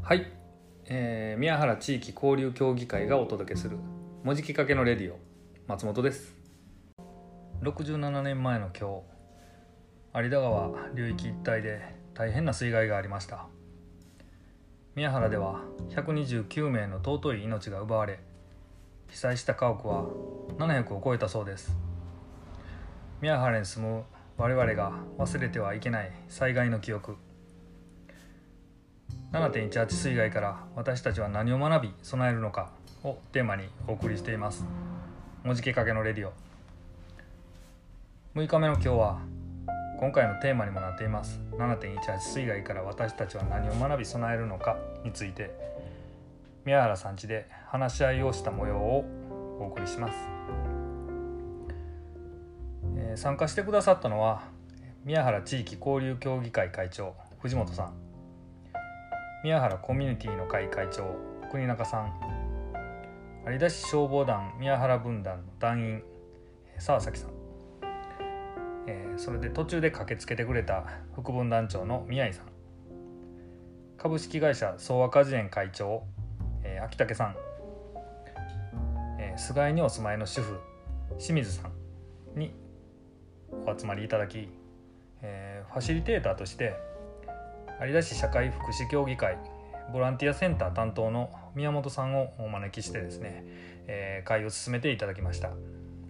はい、宮原地域交流協議会がお届けする文字きっかけのレディオ、松本です。67年前の今日、有田川流域一帯で大変な水害がありました。宮原では129名の尊い命が奪われ、被災した家屋は700を超えたそうです。宮原に住む我々が忘れてはいけない災害の記憶、7.18 水害から私たちは何を学び備えるのかをテーマにお送りしています。文字きっかけのレディオ。6日目の今日は今回のテーマにもなっています 7.18 水害から私たちは何を学び備えるのかについて、宮原さん家で話し合いをした模様をお送りします。参加してくださったのは宮原地域交流協議会会長藤本さん、宮原コミュニティの会会長国中さん、有田市消防団宮原分団の団員沢崎さん、それで途中で駆けつけてくれた副分団長の宮井さん、株式会社総和果樹園会長秋武さん、菅井にお住まいの主婦清水さんにお集まりいただき、ファシリテーターとして有田市社会福祉協議会ボランティアセンター担当の宮本さんをお招きしてですね、会を進めていただきました。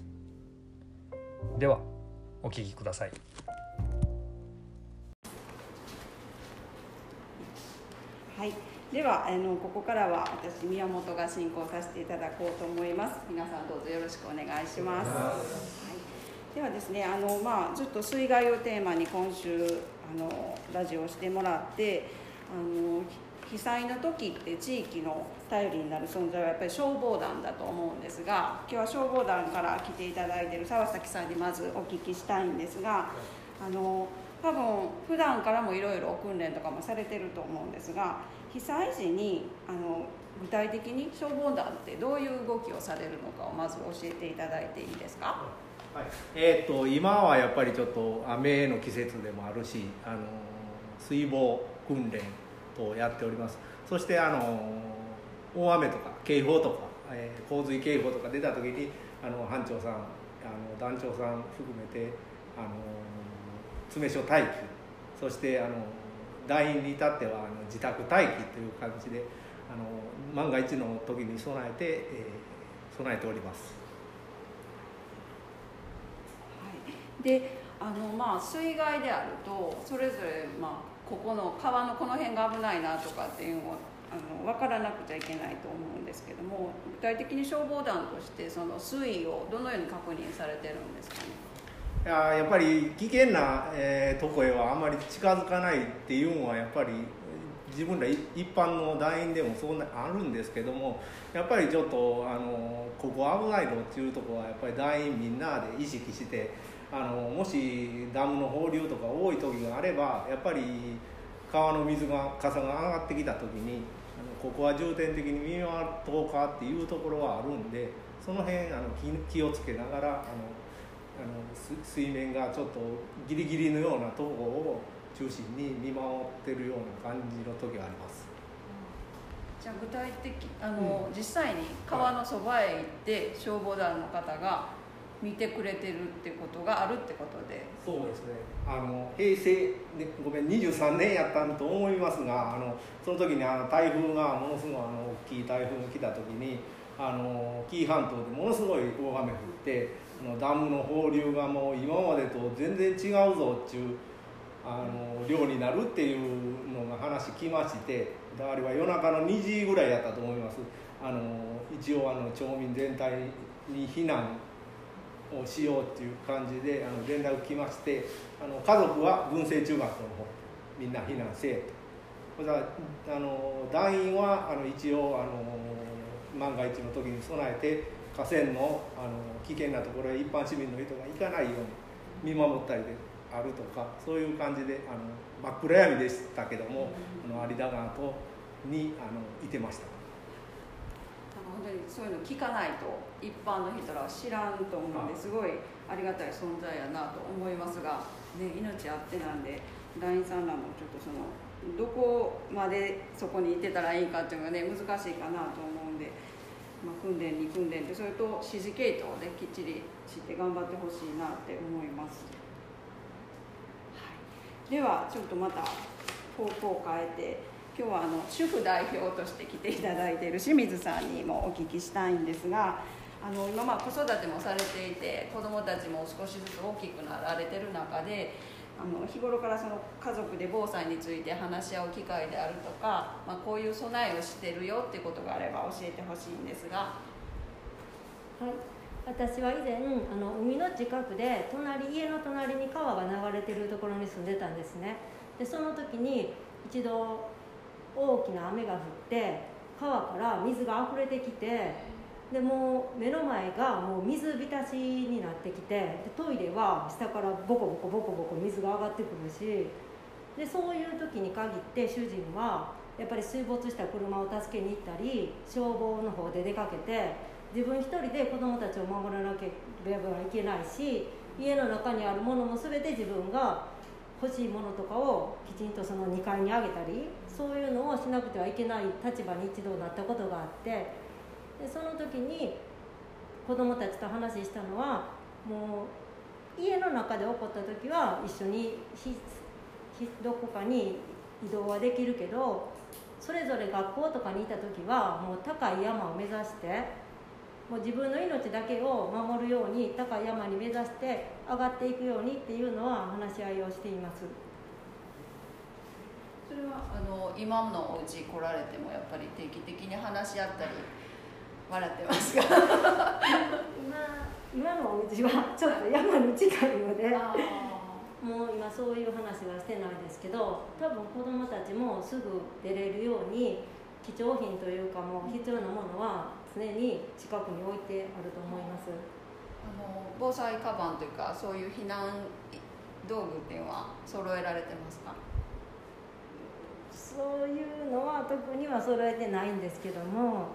ではお聞きください。 はい、ではここからは私宮本が進行させていただこうと思います。皆さんどうぞよろしくお願いします。はい、ではですね、ずっと水害をテーマに今週ラジオをしてもらって被災の時って地域の頼りになる存在はやっぱり消防団だと思うんですが、今日は消防団から来ていただいている沢崎さんにまずお聞きしたいんですが、多分普段からもいろいろ訓練とかもされてると思うんですが、被災時に具体的に消防団ってどういう動きをされるのかをまず教えていただいていいですか？ はい、今はやっぱりちょっと雨の季節でもあるし、水防訓練をやっております。そして大雨とか警報とか、洪水警報とか出た時に班長さん団長さん含めて詰め所待機、そして団員に至っては自宅待機という感じで万が一の時に備えております。 で水害であるとそれぞれ、ここの川のこの辺が危ないなとかっていうのを分からなくちゃいけないと思うんですけども、具体的に消防団としてその水位をどのように確認されてるんですかね？ やっぱり危険な、とこへはあまり近づかないっていうのはやっぱり自分ら一般の団員でもそうあるんですけども、やっぱりちょっとここ危ないのっていうところはやっぱり団員みんなで意識して、もしダムの放流とか多い時があればやっぱり川の傘が上がってきた時にここは重点的に見回っとうかっていうところはあるんで、その辺気をつけながら水面がちょっとギリギリのようなところを中心に見守ってるような感じの時があります。 じゃあ具体的実際に川のそばへ行って消防団の方が見てくれてるってことがあるってことで。 そうですね、平成23年やったと思いますが、その時に台風がものすごい大きい台風が来た時に紀伊半島でものすごい大雨降ってダムの放流がもう今までと全然違うぞっていう量になるっていうのが話来まして、あれは夜中の2時ぐらいやったと思います。一応町民全体に避難をしようっていう感じで連絡来まして、家族は文星中学の方みんな避難せえと。団員は一応万が一の時に備えて河川の危険なところへ一般市民の人が行かないように見守ったりであるとか、そういう感じで真っ暗闇でしたけども、有田川にいてました。 本当にそういうの聞かないと一般の人らは知らんと思うんで、すごいありがたい存在やなと思いますが、ね、命あってなんで団員さんらもちょっとそのどこまでそこに行ってたらいいかっていうのがね難しいかなと思うんで、訓練に訓練でそれと指示系統できっちりして頑張ってほしいなって思います。ではちょっとまた方向を変えて、今日は主婦代表として来ていただいている清水さんにもお聞きしたいんですが、今子育てもされていて子どもたちも少しずつ大きくなられてる中で日頃からその家族で防災について話し合う機会であるとか、こういう備えをしてるよっていうことがあれば教えてほしいんですが。 はい、私は以前海の近くで家の隣に川が流れてるところに住んでたんですね。でその時に一度大きな雨が降って川から水が溢れてきて、でもう目の前がもう水浸しになってきて、でトイレは下からボコボコボコボコ水が上がってくるし、でそういう時に限って主人はやっぱり水没した車を助けに行ったり消防の方で出かけて、自分一人で子どもたちを守らなければいけないし、家の中にあるものも全て自分が欲しいものとかをきちんとその2階に上げたり、そういうのをしなくてはいけない立場に一度なったことがあって、でその時に子どもたちと話したのは、もう家の中で起こった時は一緒にどこかに移動はできるけど、それぞれ学校とかにいた時はもう高い山を目指してもう自分の命だけを守るように高い山に目指して上がっていくようにっていうのは話し合いをしています。 それは今のお家来られてもやっぱり定期的に話し合ったり笑ってますか？ 今のお家はちょっと山に近いのでもう今そういう話はしてないですけど、多分子どもたちもすぐ出れるように貴重品というかもう必要なものは常に近くに置いてあると思います。 防災カバンというかそういう避難道具っていうのは揃えられてますか？ そういうのは特には揃えてないんですけども、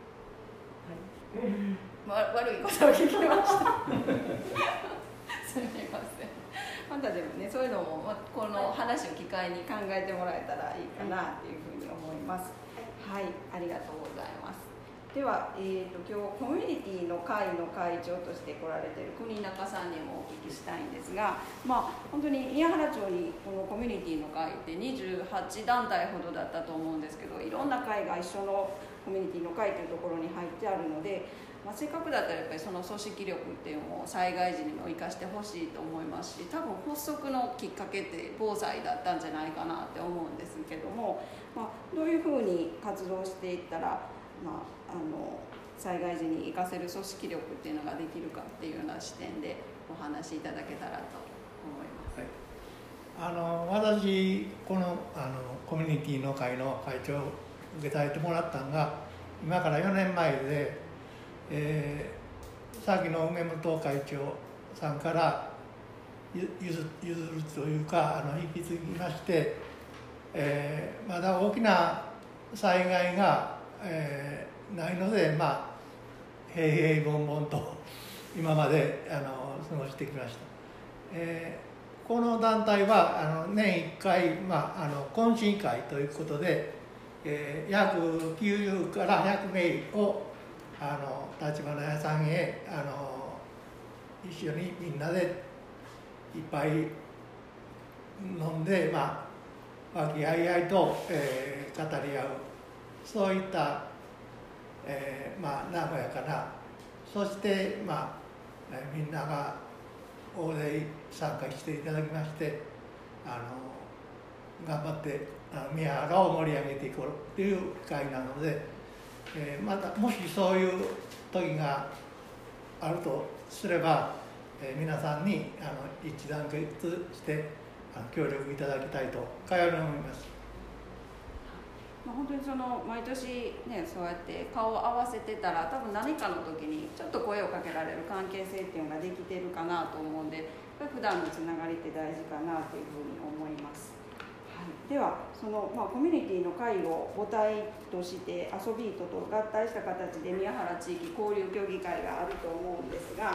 はい、悪いことを聞きましたすみません。またでもねそういうのもこの話を機会に考えてもらえたらいいかなっていうふうに思います。はい、ありがとうございます。では、今日コミュニティの会の会長として来られている国中さんにもお聞きしたいんですが、本当に宮原町にこのコミュニティの会って28団体ほどだったと思うんですけど、いろんな会が一緒のコミュニティの会というところに入ってあるので、せっかくだったらやっぱりその組織力っていうのを災害時にも生かしてほしいと思いますし、多分発足のきっかけって防災だったんじゃないかなって思うんですけども、どういうふうに活動していったら、災害時に生かせる組織力っていうのができるかっていうような視点でお話しいただけたらと思います。 私このコミュニティの会の会長を受けさせてもらったのが今から4年前で、さっきの梅本会長さんから譲るというか引き継ぎまして、まだ大きな災害が、ないので、平々凡々と今まで過ごしてきました。この団体は年1回、懇親会ということで、約90から100名を立花屋さんへ一緒にみんなでいっぱい飲んで、和気あいあいと、語り合う、そういった、和やかな、そして、みんなが大勢参加していただきまして、頑張って宮原を盛り上げていこうという会なので、またもしそういう時があるとすれば、皆さんに一致団結して協力いただきたいとかように思います。 本当に毎年ねそうやって顔を合わせてたら多分何かの時にちょっと声をかけられる関係性っていうのができてるかなと思うんで、普段のつながりって大事かなというふうに思います。ではコミュニティの会を母体としてアソビートと合体した形で宮原地域交流協議会があると思うんですが、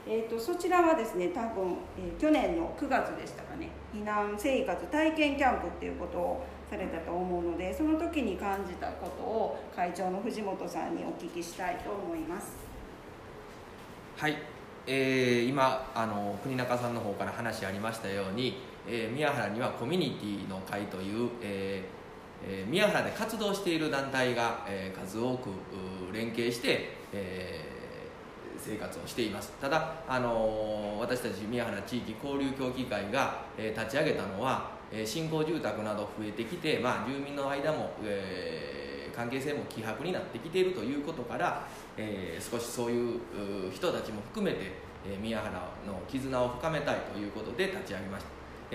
そちらはですね、多分、去年の9月でしたかね、避難生活体験キャンプっていうことをされたと思うので、その時に感じたことを会長の藤本さんにお聞きしたいと思います。 はい、今国中さんの方から話ありましたように、宮原にはコミュニティの会という、宮原で活動している団体が、数多く連携して、生活をしています。ただ私たち宮原地域交流協議会が、立ち上げたのは、新興住宅など増えてきて、住民の間も、関係性も希薄になってきているということから、少しそういう人たちも含めて、宮原の絆を深めたいということで立ち上げました。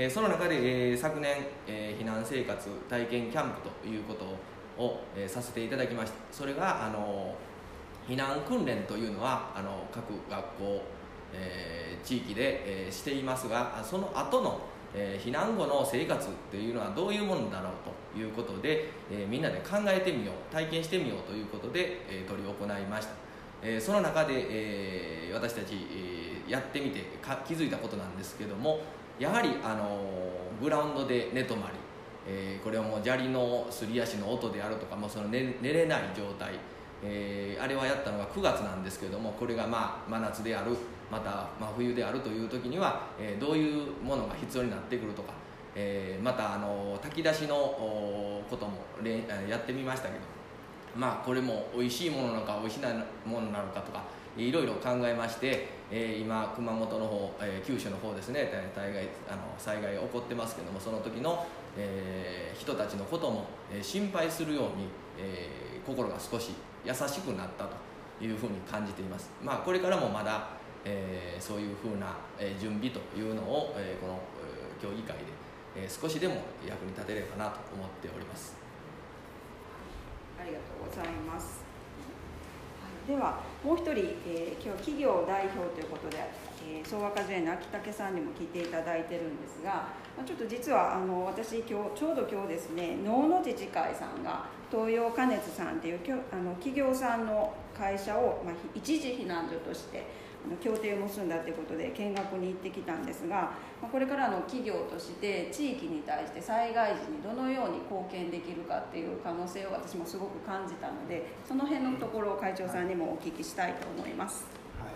その中で、昨年、避難生活体験キャンプということを、させていただきました。それが避難訓練というのは各学校、地域で、していますが、その後の、避難後の生活というのはどういうものだろうということで、みんなで考えてみよう、体験してみようということで、執り行いました。その中で、私たち、やってみて気づいたことなんですけども、やはりグラウンドで寝泊まり、これはもう砂利のすり足の音であるとか、その寝れない状態、あれはやったのが9月なんですけれども、これが真夏である、また真冬であるという時には、どういうものが必要になってくるとか、また炊き出しのこともやってみましたけど、これも美味しいものなのか美味しないものなのかとかいろいろ考えまして、今熊本の方、九州の方ですね、大概災害が起こってますけども、その時の、人たちのことも心配するように、心が少し優しくなったというふうに感じています。これからもまだ、そういうふうな準備というのを、この協議会で少しでも役に立てればなと思っております。 ありがとうございます。ではもう一人、今日企業代表ということで、総和果樹園の秋武さんにも来ていただいてるんですが、ちょっと実は私ちょうど今日ですね、能の自治会さんが東洋加熱さんっていう企業さんの会社を、一時避難所として協定を結んだということで見学に行ってきたんですが、これからの企業として地域に対して災害時にどのように貢献できるかっていう可能性を私もすごく感じたので、その辺のところを会長さんにもお聞きしたいと思います。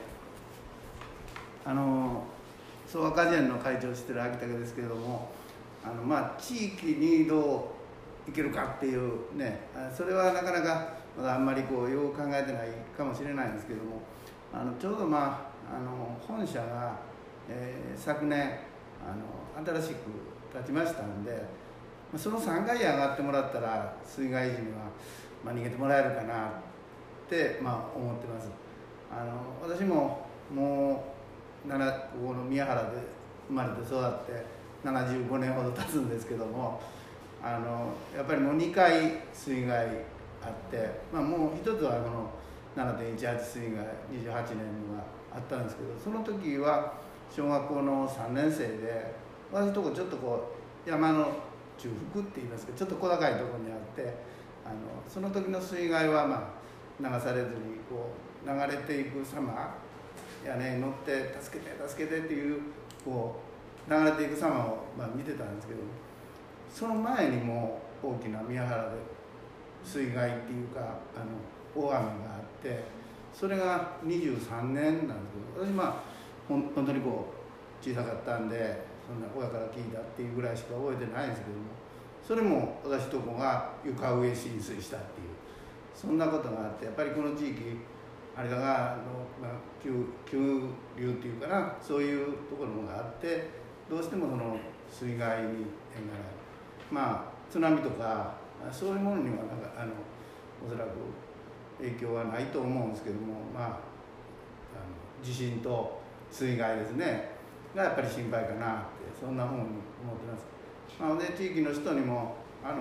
総和果樹園の会長をしている秋武ですけれども、地域にどういけるかっていうね、それはなかなかまだあんまりよう考えてないかもしれないんですけども、ちょうど本社が、昨年新しく建ちましたんで、その3階へ上がってもらったら水害時には、逃げてもらえるかなって、思ってます。私ももうここの宮原で生まれて育って75年ほど経つんですけども、やっぱりもう2回水害あって、もう一つはこの7.18 水害28年にはあったんですけど、その時は小学校の3年生で、私のとこちょっと山の中腹って言いますけど、ちょっと小高いところにあって、その時の水害は流されずに流れていく様、屋根に乗って助けて助けてっていう流れていく様を見てたんですけど、その前にも大きな宮原で水害っていうか大雨があって、それが23年なんですけど、私本当に小さかったんで、そんな親から聞いたっていうぐらいしか覚えてないんですけども、それも私とこが床上浸水したっていう、そんなことがあって、やっぱりこの地域あれだが急流っていうかな、そういうところがあって、どうしてもその水害に津波とかそういうものにはおそらく影響はないと思うんですけども、地震と水害ですねがやっぱり心配かなって、そんなふうに思ってます。で地域の人にも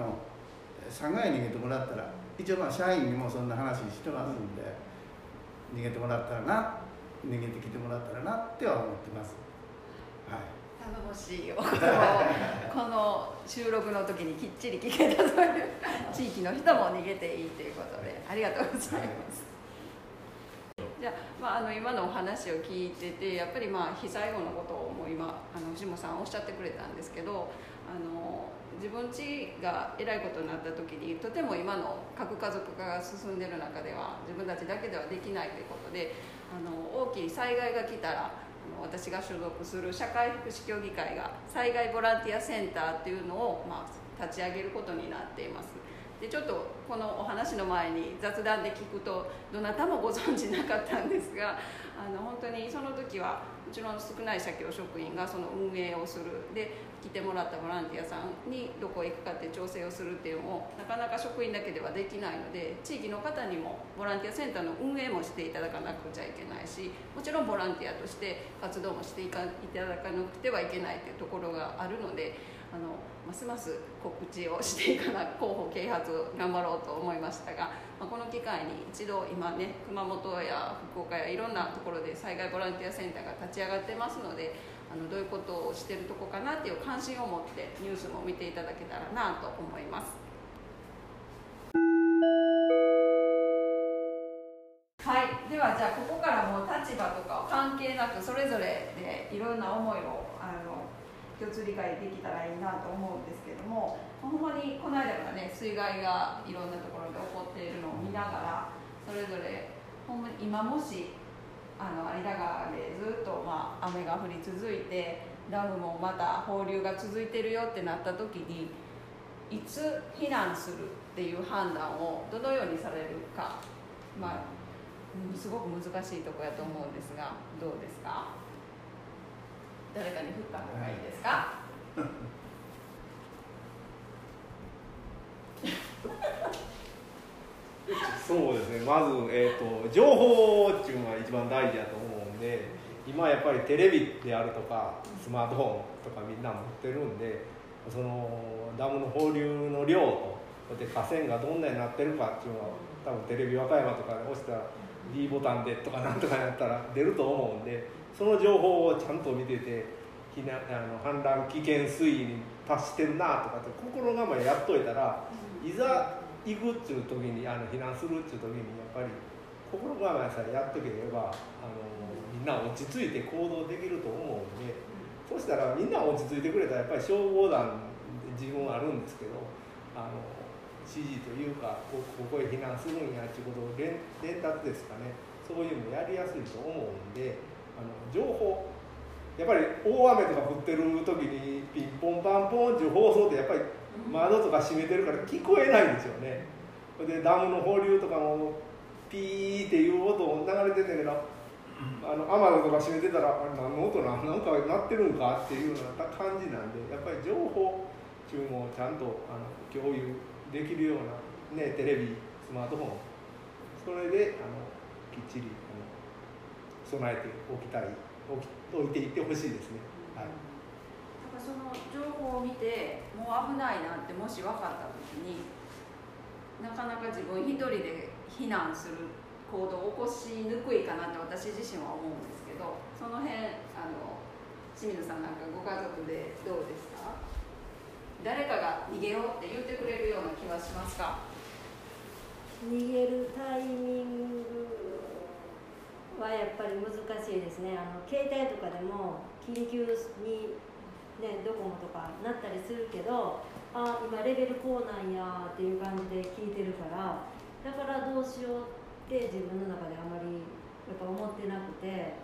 3階に逃げてもらったら、一応社員にもそんな話してますんで、逃げてもらったらな、逃げてきてもらったらなっては思ってます。 頼もしいよこの収録の時にきっちり聞けたという地域の人も逃げていいということで、ありがとうございます。じじゃあ、今のお話を聞いててやっぱり被災後のことをもう今藤本さんおっしゃってくれたんですけど自分家がえらいことになった時にとても今の核家族化が進んでる中では自分たちだけではできないということで大きい災害が来たら私が所属する社会福祉協議会が災害ボランティアセンターっていうのを、立ち上げることになっています。でちょっとこのお話の前に雑談で聞くとどなたもご存じなかったんですが本当にその時はうちの少ない社協職員がその運営をするで来てもらったボランティアさんにどこへ行くかって調整をするっていうのをなかなか職員だけではできないので地域の方にもボランティアセンターの運営もしていただかなくちゃいけないしもちろんボランティアとして活動もしていただかなくてはいけないというところがあるのでますます告知をしていかな広報啓発を頑張ろうと思いましたが、この機会に一度今ね熊本や福岡やいろんなところで災害ボランティアセンターが立ち上がってますのでどういうことをしているとこかなっていう関心を持ってニュースも見ていただけたらなと思います。はい、ではじゃあここからもう立場とか関係なくそれぞれでいろんな思いを共通理解できたらいいなと思うんですけどもほんまにこの間からね水害がいろんなところで起こっているのを見ながらそれぞれほんまに今もし有田川でずっと雨が降り続いてダムもまた放流が続いてるよってなった時にいつ避難するっていう判断をどのようにされるかすごく難しいところやと思うんですがどうですか？誰かに振った方がいいですか？ そうですね、まず、情報っていうのが一番大事だと思うんで今やっぱりテレビであるとかスマートフォンとかみんな持ってるんでそのダムの放流の量と河川がどんなになってるかっていうのは多分テレビ和歌山とかで押したら D ボタンでとかなんとかやったら出ると思うんでその情報をちゃんと見てて氾濫危険水位に達してるなとかって心構えやっといたらいざ行くっていう時に避難するっていう時にやっぱり心構えさえやっとければみんな落ち着いて行動できると思うんでそしたらみんな落ち着いてくれたらやっぱり消防団自分あるんですけど指示というかここへ避難するんやっていうことを連達ですかねそういうのやりやすいと思うんで情報やっぱり大雨とか降ってる時にピンポンパンポンっていう放送ってやっぱり窓とか閉めてるから聞こえないんですよね。でダムの放流とかもピーっていう音を流れてるんだけど雨戸とか閉めてたら何の音なんか鳴ってるんかっていうような感じなんでやっぱり情報中もちゃんと共有できるような、ね、テレビスマートフォンそれできっちり備えておきたい置いていってほしいですね。はい、 だからその情報を見てもう危ないなってもし分かった時になかなか自分一人で避難する行動を起こしにくいかなって私自身は思うんですけどその辺清水さんなんかご家族でどうですか？誰かが逃げようって言ってくれるような気はしますか？ 逃げるタイミングはやっぱり難しいですね。携帯とかでも緊急に、ドコモとかなったりするけど今レベルこうなんやっていう感じで聞いてるからだからどうしようって自分の中であまりやっぱ思ってなくて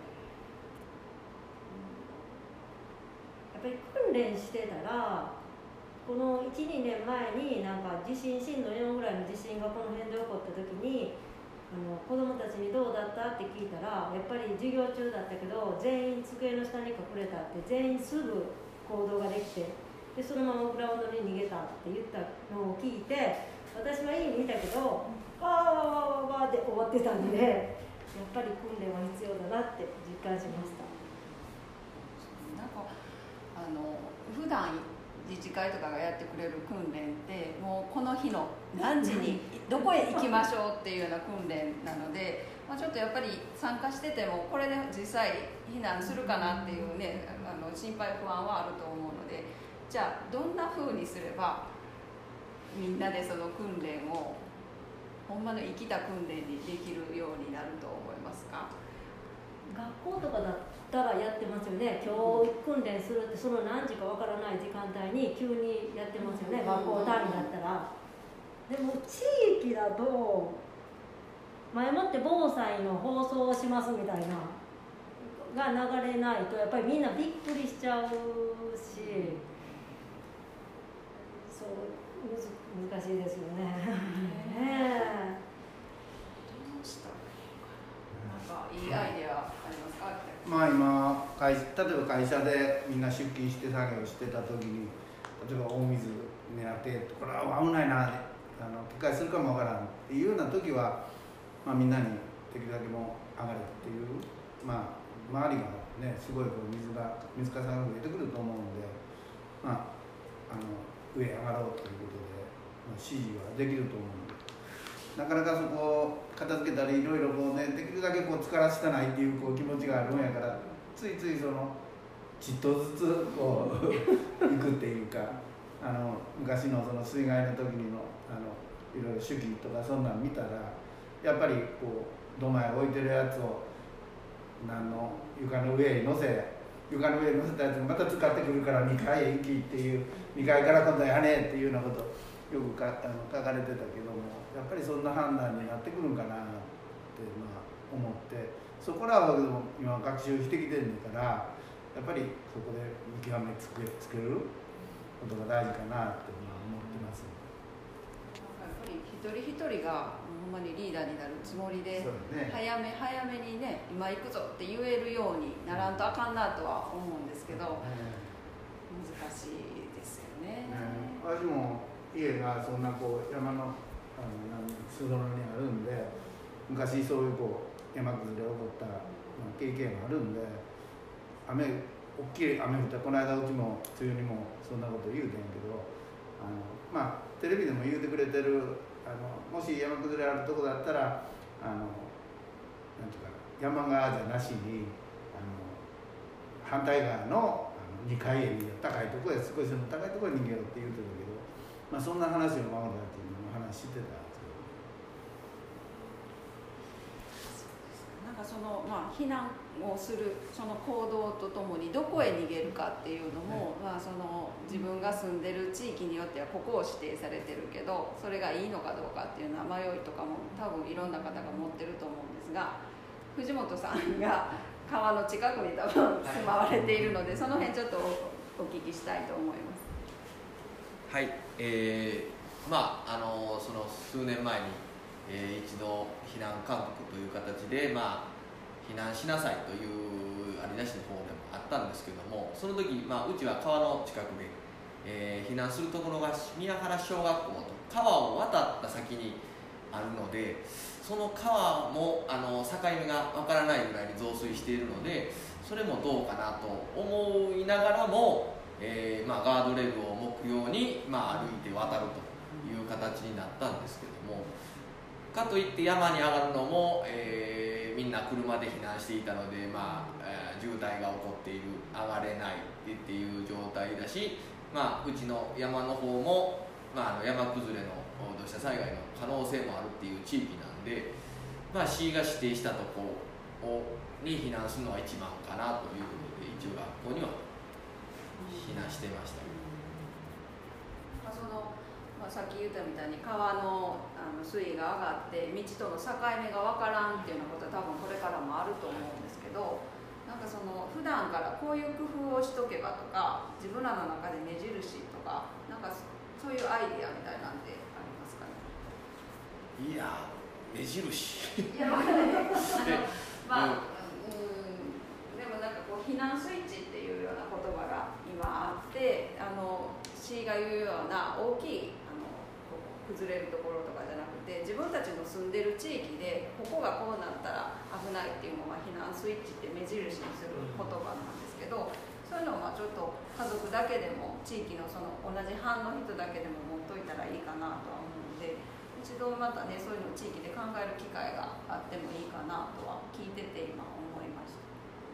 やっぱり訓練してたらこの 1,2 年前になんか震度4ぐらいの地震がこの辺で起こった時に子どもたちにどうだったって聞いたらやっぱり授業中だったけど全員机の下に隠れたって全員すぐ行動ができてでそのままグラウンドに逃げたって言ったのを聞いて私は家にいたけどわーで終わってたんでやっぱり訓練は必要だなって実感しました。 なんか普段自治会とかがやってくれる訓練ってもうこの日の何時にどこへ行きましょうっていうような訓練なので、ちょっとやっぱり参加しててもこれで実際避難するかなっていうね心配不安はあると思うのでじゃあどんな風にすればみんなでその訓練をほんまの生きた訓練にできるようになると思いますか？ 学校とかだったらやってますよね。教育訓練するってその何時かわからない時間帯に急にやってますよね、学校単位だったら。でも地域だと前もって防災の放送をしますみたいなが流れないとやっぱりみんなびっくりしちゃうし、そう難しいですよね。ねえ。 なんかいいアイデアありますか？ まあ今例えば会社でみんな出勤して作業してた時に、例えば大水狙ってこれは危ないな、決壊するかもわからんっていうような時は、まあ、みんなにできるだけもう上がれっていう、まあ、周りがねすごいこう水かさが増えてくると思うので、まあ、上へ上がろうということで、まあ、指示はできると思うので、なかなかそこを片付けたりいろいろこうねできるだけこう疲らしたないっていうこう気持ちがあるもんやから、ついついそのちっとずつこう行くっていうか、昔のその水害の時にのいろいろ手記とかそんなん見たら、やっぱりこう土間へ置いてるやつを床の上に乗せたやつがまた使ってくるから2階へ行きっていう、2階から今度はやねっていうようなことよく書かれてたけども、やっぱりそんな判断になってくるんかなって思って、そこらは今学習してきてるんだから、やっぱりそこで見極めつけることが大事かなって思ってます。 やっぱり一人一人がほんまにリーダーになるつもりで、ね、早めにね今行くぞって言えるようにならんとあかんなとは思うんですけど、難しいですよね。 私も家がそんなこう山の裾野にあるんで、昔そういうこう山崩れ起こった経験があるんで、大きい雨降った、この間うちも梅雨にもそんなこと言うてんけど、まあテレビでも言うてくれてる、もし山崩れあるとこだったらなんていうか山側じゃなしに反対側の2階へ高いところへ、少しでも高いところに逃げろって言うてたけど、まあ、そんな話を守るだっていうのも話してたんですけど、 なんかその、避難をするその行動とともにどこへ逃げるかっていうのも、その自分が住んでる地域によってはここを指定されてるけど、それがいいのかどうかっていうのは迷いとかも多分いろんな方が持ってると思うんですが、藤本さんが川の近くに多分住まわれているので、その辺ちょっとお聞きしたいと思います。 はい、その数年前に、一度避難勧告という形で、避難しなさいというあり出しの方でもあったんですけども、その時、うちは川の近くで、避難するところが宮原小学校と川を渡った先にあるので、その川も境目がわからないぐらいに増水しているので、それもどうかなと思いながらも、ガードレールを目標に、歩いて渡るという形になったんですけども、かといって山に上がるのも、みんな車で避難していたので、渋滞が起こっている、上がれないっていう状態だし、うちの山の方も、山崩れの土砂災害の可能性もあるっていう地域なんで、市が指定したとこに避難するのが一番かなということで、一応学校には避難してました。 さっき言ったみたいに川の水位が上がって道との境目が分からんっていうようなことは多分これからもあると思うんですけど、なんかその普段からこういう工夫をしとけばとか、自分らの中で目印とか、なんかそういうアイディアみたいなんてありますかね？ いや目印いや分からないでもなんかこう避難スイッチっていうような言葉が今あって、市が言うような大きい崩れるところとかじゃなくて、自分たちの住んでる地域でここがこうなったら危ないっていうのは避難スイッチって目印にする言葉なんですけど、そういうのをちょっと家族だけでも地域のその同じ班の人だけでも持っといたらいいかなとは思うので、一度またねそういうのを地域で考える機会があってもいいかなとは聞いてて今思いました。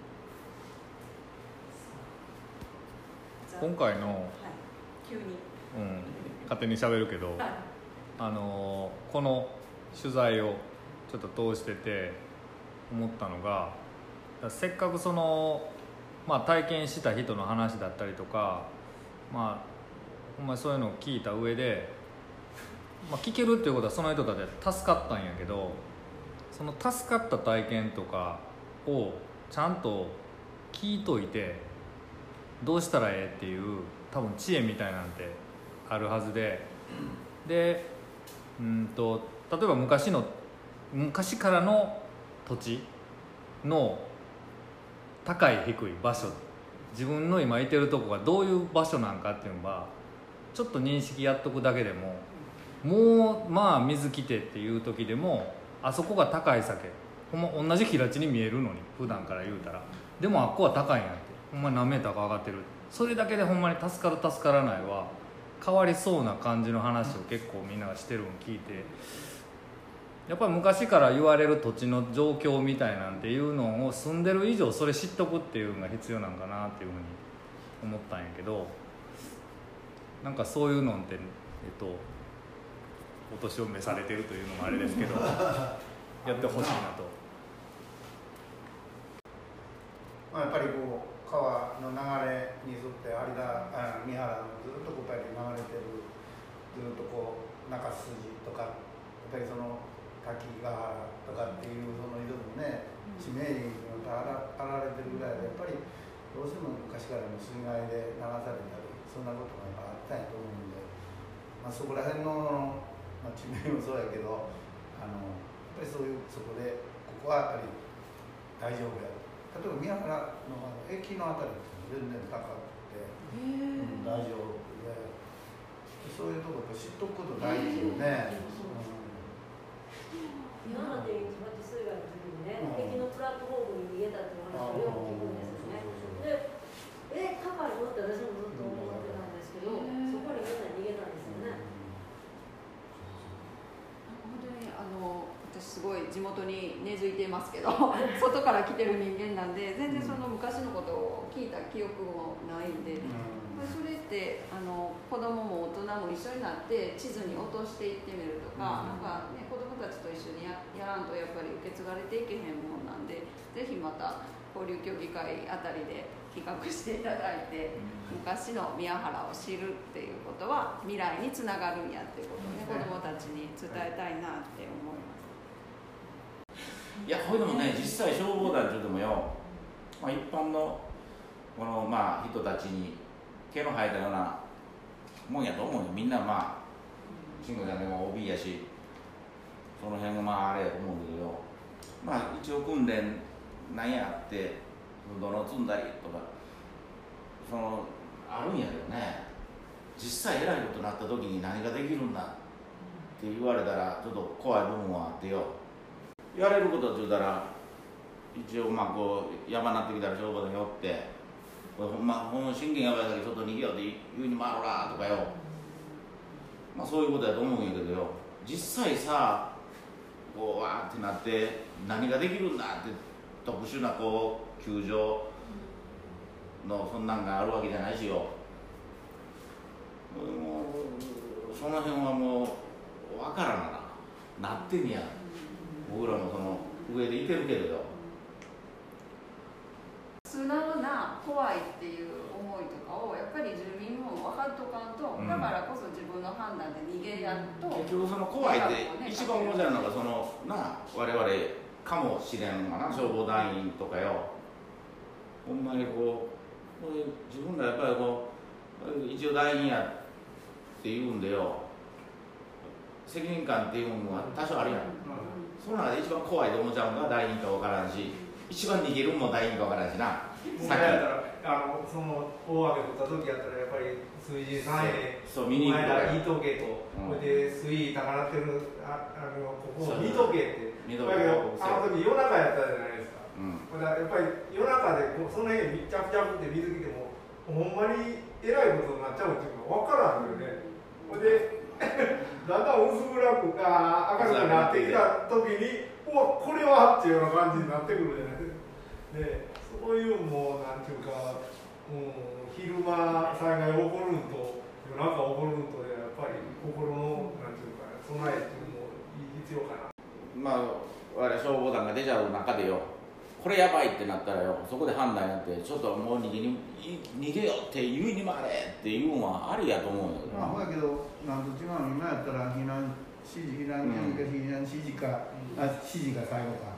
今回の、 急に、 勝手に喋るけど、 はい、 この取材をちょっと通してて思ったのが、せっかくその、体験した人の話だったりとか、ほんまにそういうのを聞いた上で、聞けるっていうことはその人たちは助かったんやけど、その助かった体験とかをちゃんと聞いといてどうしたらええっていう多分知恵みたいなんてあるはずで、で例えば昔からの土地の高い低い場所、自分の今いてるとこがどういう場所なんかっていうのはちょっと認識やっとくだけでも、もう水来てっていう時でもあそこが高い酒、ほんま同じ平地に見えるのに普段から言うたら、でもあっこは高いんやって、ほんまに何メーターか上がってる、それだけでほんまに助かる助からないは変わりそうな感じの話を結構みんながしてるのを聞いて、やっぱり昔から言われる土地の状況みたいなんていうのを住んでる以上それ知っとくっていうのが必要なんかなっていうふうに思ったんやけど、なんかそういうのってお年を召されてるというのもあれですけどやってほしいなと。 やっぱりこう川の流れに沿って三原のずっとこうやって流れてる、ずっとこう中筋とか、やっぱりその滝ヶ原とかっていうその色もね、地名にあられてるぐらいで、やっぱりどうしても昔からの水害で流されたり、そんなことがやっぱあったんやと思うんで、そこら辺の、地名もそうやけど、やっぱりそこでここはやっぱり大丈夫や。例えば宮原の駅のあたり全然高くて、大丈夫で、そういうところ知っとくこと大事よね。 宮原で一番水害の時にね、駅のプラットフォームに逃げたっていう話をよく聞くんですよね。で、高いのって私もずっと思ってたんですけど、そこにみんな逃げたんですよね。 本当に私すごい地元に根付いてますけど外から来てる人間なんで全然その昔のことを聞いた記憶もないんで、それって子供も大人も一緒になって地図に落としていってみるとか、なんかね、子供たちと一緒に やらんとやっぱり受け継がれていけへんもんなんで、ぜひまた交流協議会あたりで企画していただいて、昔の宮原を知るっていうことは未来につながるんやっていうことをね、子供たちに伝えたいなって思います。 いや、これでもね、実際消防団中でもよ、一般のこの人たちに毛の生えたようなもんやと思うよ。みんな慎吾ちゃんでも OB やし、その辺があれやと思うんだけど、一応訓練なんやって土の積んだりとかあるんやけどね、実際偉いことになった時に何ができるんだって言われたらちょっと怖い部分はあってよ。やれることって言うたら、一応こう山になってきたら消防団に寄って「ほんま信玄やばいからちょっと逃げよう」って言うに回ろうなとかよ、そういうことやと思うんやけどよ、実際さこうわーってなって何ができるんだって特殊なこう救助のそんなんがあるわけじゃないしよ、もうその辺はもう分からんなってんや。僕らもその上でいてるけれど、 素直な怖いっていう思いとかをやっぱり住民も分かっとかんと、だからこそ自分の判断で逃げやんと、 結局その怖いって一番面白いのが我々かもしれんがな、消防団員とかよ、ほんまにこう自分らやっぱりこう一応団員やって言うんでよ、責任感っていうのが多少あるやん、その中で一番怖いと思っちゃうのが団員か分からんし、一番逃げるも団員か分からんしな。 さっきやったらその大雨降った時やったらやっぱり水位3円そう見に行くから見とけと、これで水位高なってるここを見とけって。だけど時夜中やったじゃないですか。だからやっぱり夜中でその辺にチャプチャプって水来てもほんまにえらいことになっちゃうっていうのが分からんのよね。でだんだん薄暗く明るくなってきた時にうわこれはっていうような感じになってくるじゃないですか。でそういうもうなんていうか、昼間災害起こるんと夜中起こるんとでやっぱり心のなんていうか備えっていうのも必要かななったらよ、そこで判断やってちょっともう逃げようって言うにもあれっていうのはありやと思うんだけど、 まあほやけどなんと違うの、今やったら避難準備か避難指示か、指示が最後か、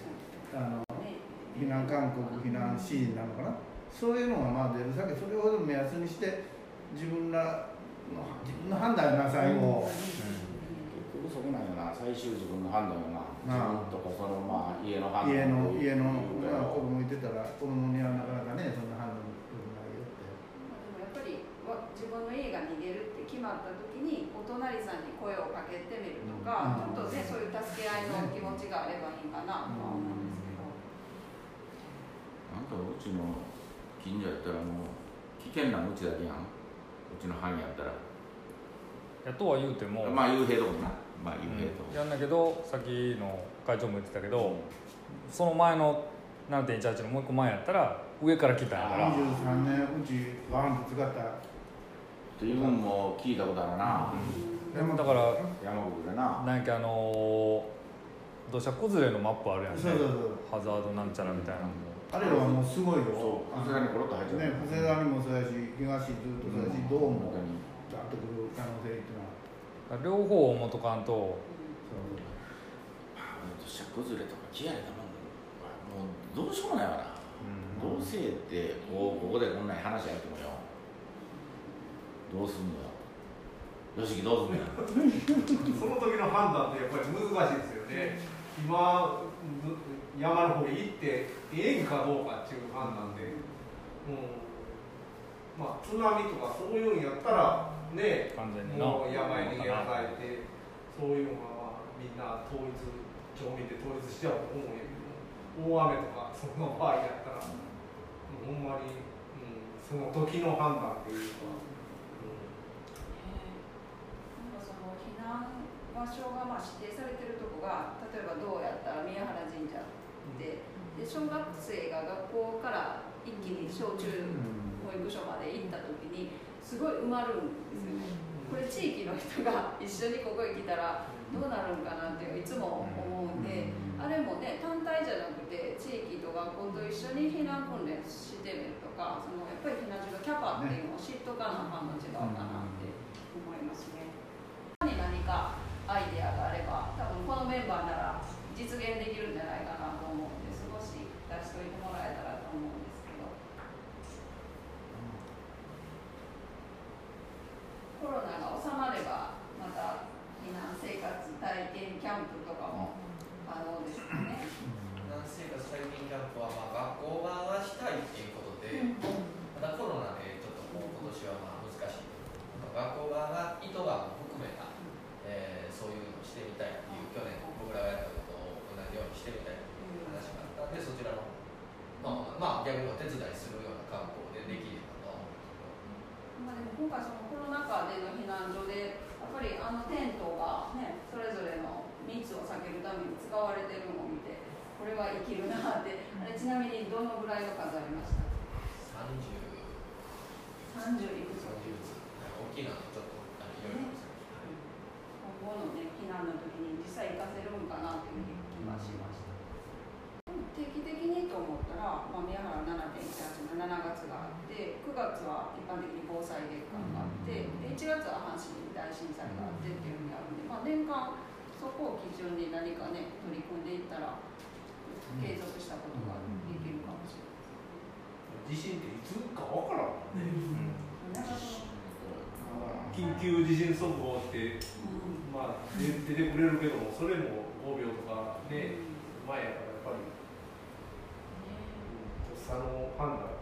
避難勧告、避難指示なのかな、そういうのがまあ出るさけ、それを目安にして自分の判断やな、最後。 結局そこなんよな、最終自分の判断よな、自分とかそのまあ家の判断、 家の子供いてたら、子供にはなかなかね、そんな判断ないよって。 でもやっぱり自分の家が逃げるって決まった時にお隣さんに声をかけてみるとか、ちょっとねそういう助け合いの気持ちがあればいいかなとは思うんですけど、 なんかうちの近所やったらもう危険なうちだけやん、うちの範囲やったらやとは言うてもまあ幽閉とこな、まあ幽閉とやんだけど、さっきの会長も言ってたけど、その前の 7.18 のもう一個前やったら上から来たんやから 23年うちワンプ使ったっていうのも聞いたことあるな、 だから山奥でな、 なんか土砂崩れのマップあるやんね、 そうハザードなんちゃらみたいなのも、 あれはもうすごいよ。 そう長谷川にコロッと入っちゃうね、長谷川にもそうやし、東ずっとそうやし、どうも本当にザッとくる可能性っていうのは。 両方を持っとかんと、 土砂崩れとか気合いだもん、もうどうしようもないわな、どうせってここでこんなに話やってもよ、どうすんのよ、よしきどうすんのよその時の判断ってやっぱり難しいですよね。今山の方に行ってええんかどうかっていう判断で、まあ津波とかそういうんやったらね、 完全になもう山へ逃げなさいってそういうのがみんな統一町民で統一しちゃうと思うんやけど、大雨とかその場合やったらほんまに、その時の判断っていうか。 その避難場所がまあ指定されてるとこが、例えばどうやったら宮原神社で小学生が学校から一気に小中保育所まで行った時にすごい埋まるんですよね。これ地域の人が一緒にここへ来たらどうなるんかなっていつも思うんで、あれもね単体じゃなくて地域と学校と一緒に避難訓練してみるとか、そのやっぱり避難所のキャパっていうのを知っとかなあかんの違うかなって思いますね。何かアイデアがあれば多分このメンバーなら実現できるんじゃないかなと思うんで、少し出しといてもらえたらと思うんですけど、コロナが収まればまた避難生活体験キャンプとかも可能ですよね。 避難生活体験キャンプは、学校側がしたいっていうことで、またコロナでちょっと今年は難しい。学校側が意図が含めた、そういうのをしてみたいっていう、去年僕らがやったことを同じようにしてみたいという話があったんで、そちらの、逆にお手伝いするような観光でできればと思うんですけど。 でも今回そのコロナ禍での避難所でやっぱりテントがねそれぞれの密を避けるために使われてるのを見て、これは生きるなって、あれちなみにどのぐらいの数ありました？ 30いくつ？ 大きいのはちょっといろいろ今後のね避難の時に実際活かせるんかなっていう気がしました。定期的にと思ったら、宮原 7.18 の7月があって、9月は一般的に防災月間があって、1月は阪神大震災があってっていうふうにあるんで、年間そこを基準に何かね取り組んでいったら継続したことができるかもしれない。 地震っていつかわからんもんね。緊緊急地震速報って、出てくれるけども、それも5秒とかね、前やからやっぱり、とっさの判断が。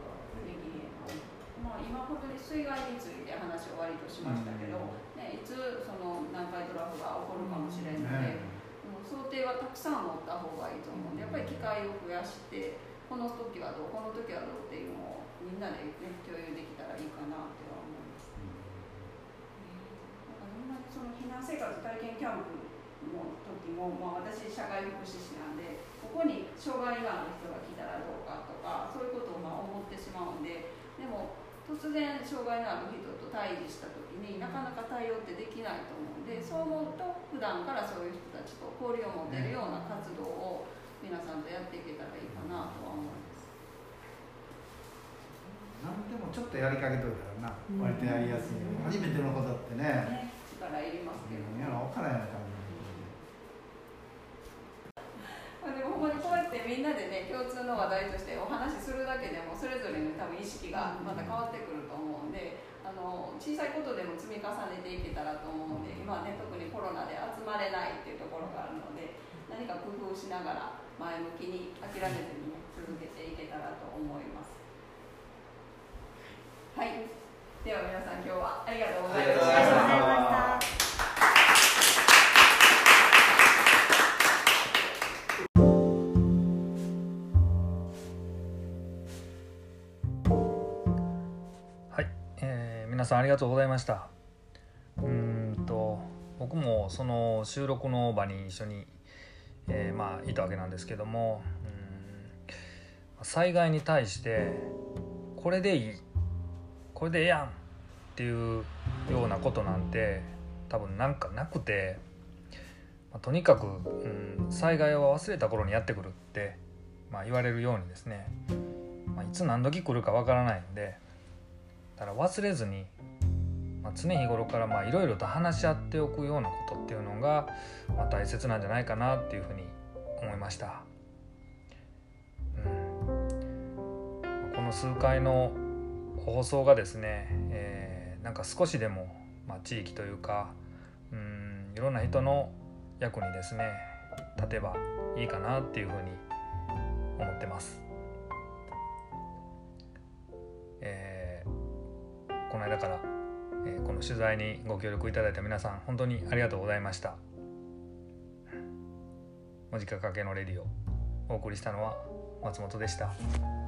今本当に水害について話を割としましたけど、いつその南海トラフが起こるかもしれないので、想定はたくさん持った方がいいと思うんで、やっぱり機会を増やして、この時はどう、この時はどうっていうのをみんなで、共有できたらいいかなっては思います。その避難生活体験キャンプの時も、私社会福祉士なんで、ここに障害がある人が来たらどうかとか、そういうことを思ってしまうんで、でも突然障害のある人と対峙した時になかなか対応ってできないと思うんで、そう思うと普段からそういう人たちと交流を持てるような活動を皆さんとやっていけたらいいかなとは思います。 何でもちょっとやりかけといたらな、割とやりやすい。初めてのことってね、 力いりますけど、 やら分からんやん感まあ、でもほんまにこうやってみんなでね、共通の話題としてお話しするだけでもそれぞれの多分意識がまた変わってくると思うんで、小さいことでも積み重ねていけたらと思うんで、今ね特にコロナで集まれないっていうところがあるので、何か工夫しながら前向きに諦めずにね続けていけたらと思います。はい、では皆さん今日はありがとうございました。 ありがとうございました。 皆さんありがとうございました。僕もその収録の場に一緒に、いたわけなんですけども、災害に対してこれでいい、これでええやんっていうようなことなんて多分なんかなくて、とにかく、災害は忘れた頃にやってくるって、言われるようにですね、いつ何時来るかわからないんで、だから忘れずに、常日頃からいろいろと話し合っておくようなことっていうのが、大切なんじゃないかなっていうふうに思いました。この数回の放送がですね、なんか少しでも、地域というか、いろんな人の役にですね立てばいいかなっていうふうに思ってます。この間から、この取材にご協力いただいた皆さん本当にありがとうございました。文字かけのレディオお送りしたのは松本でした。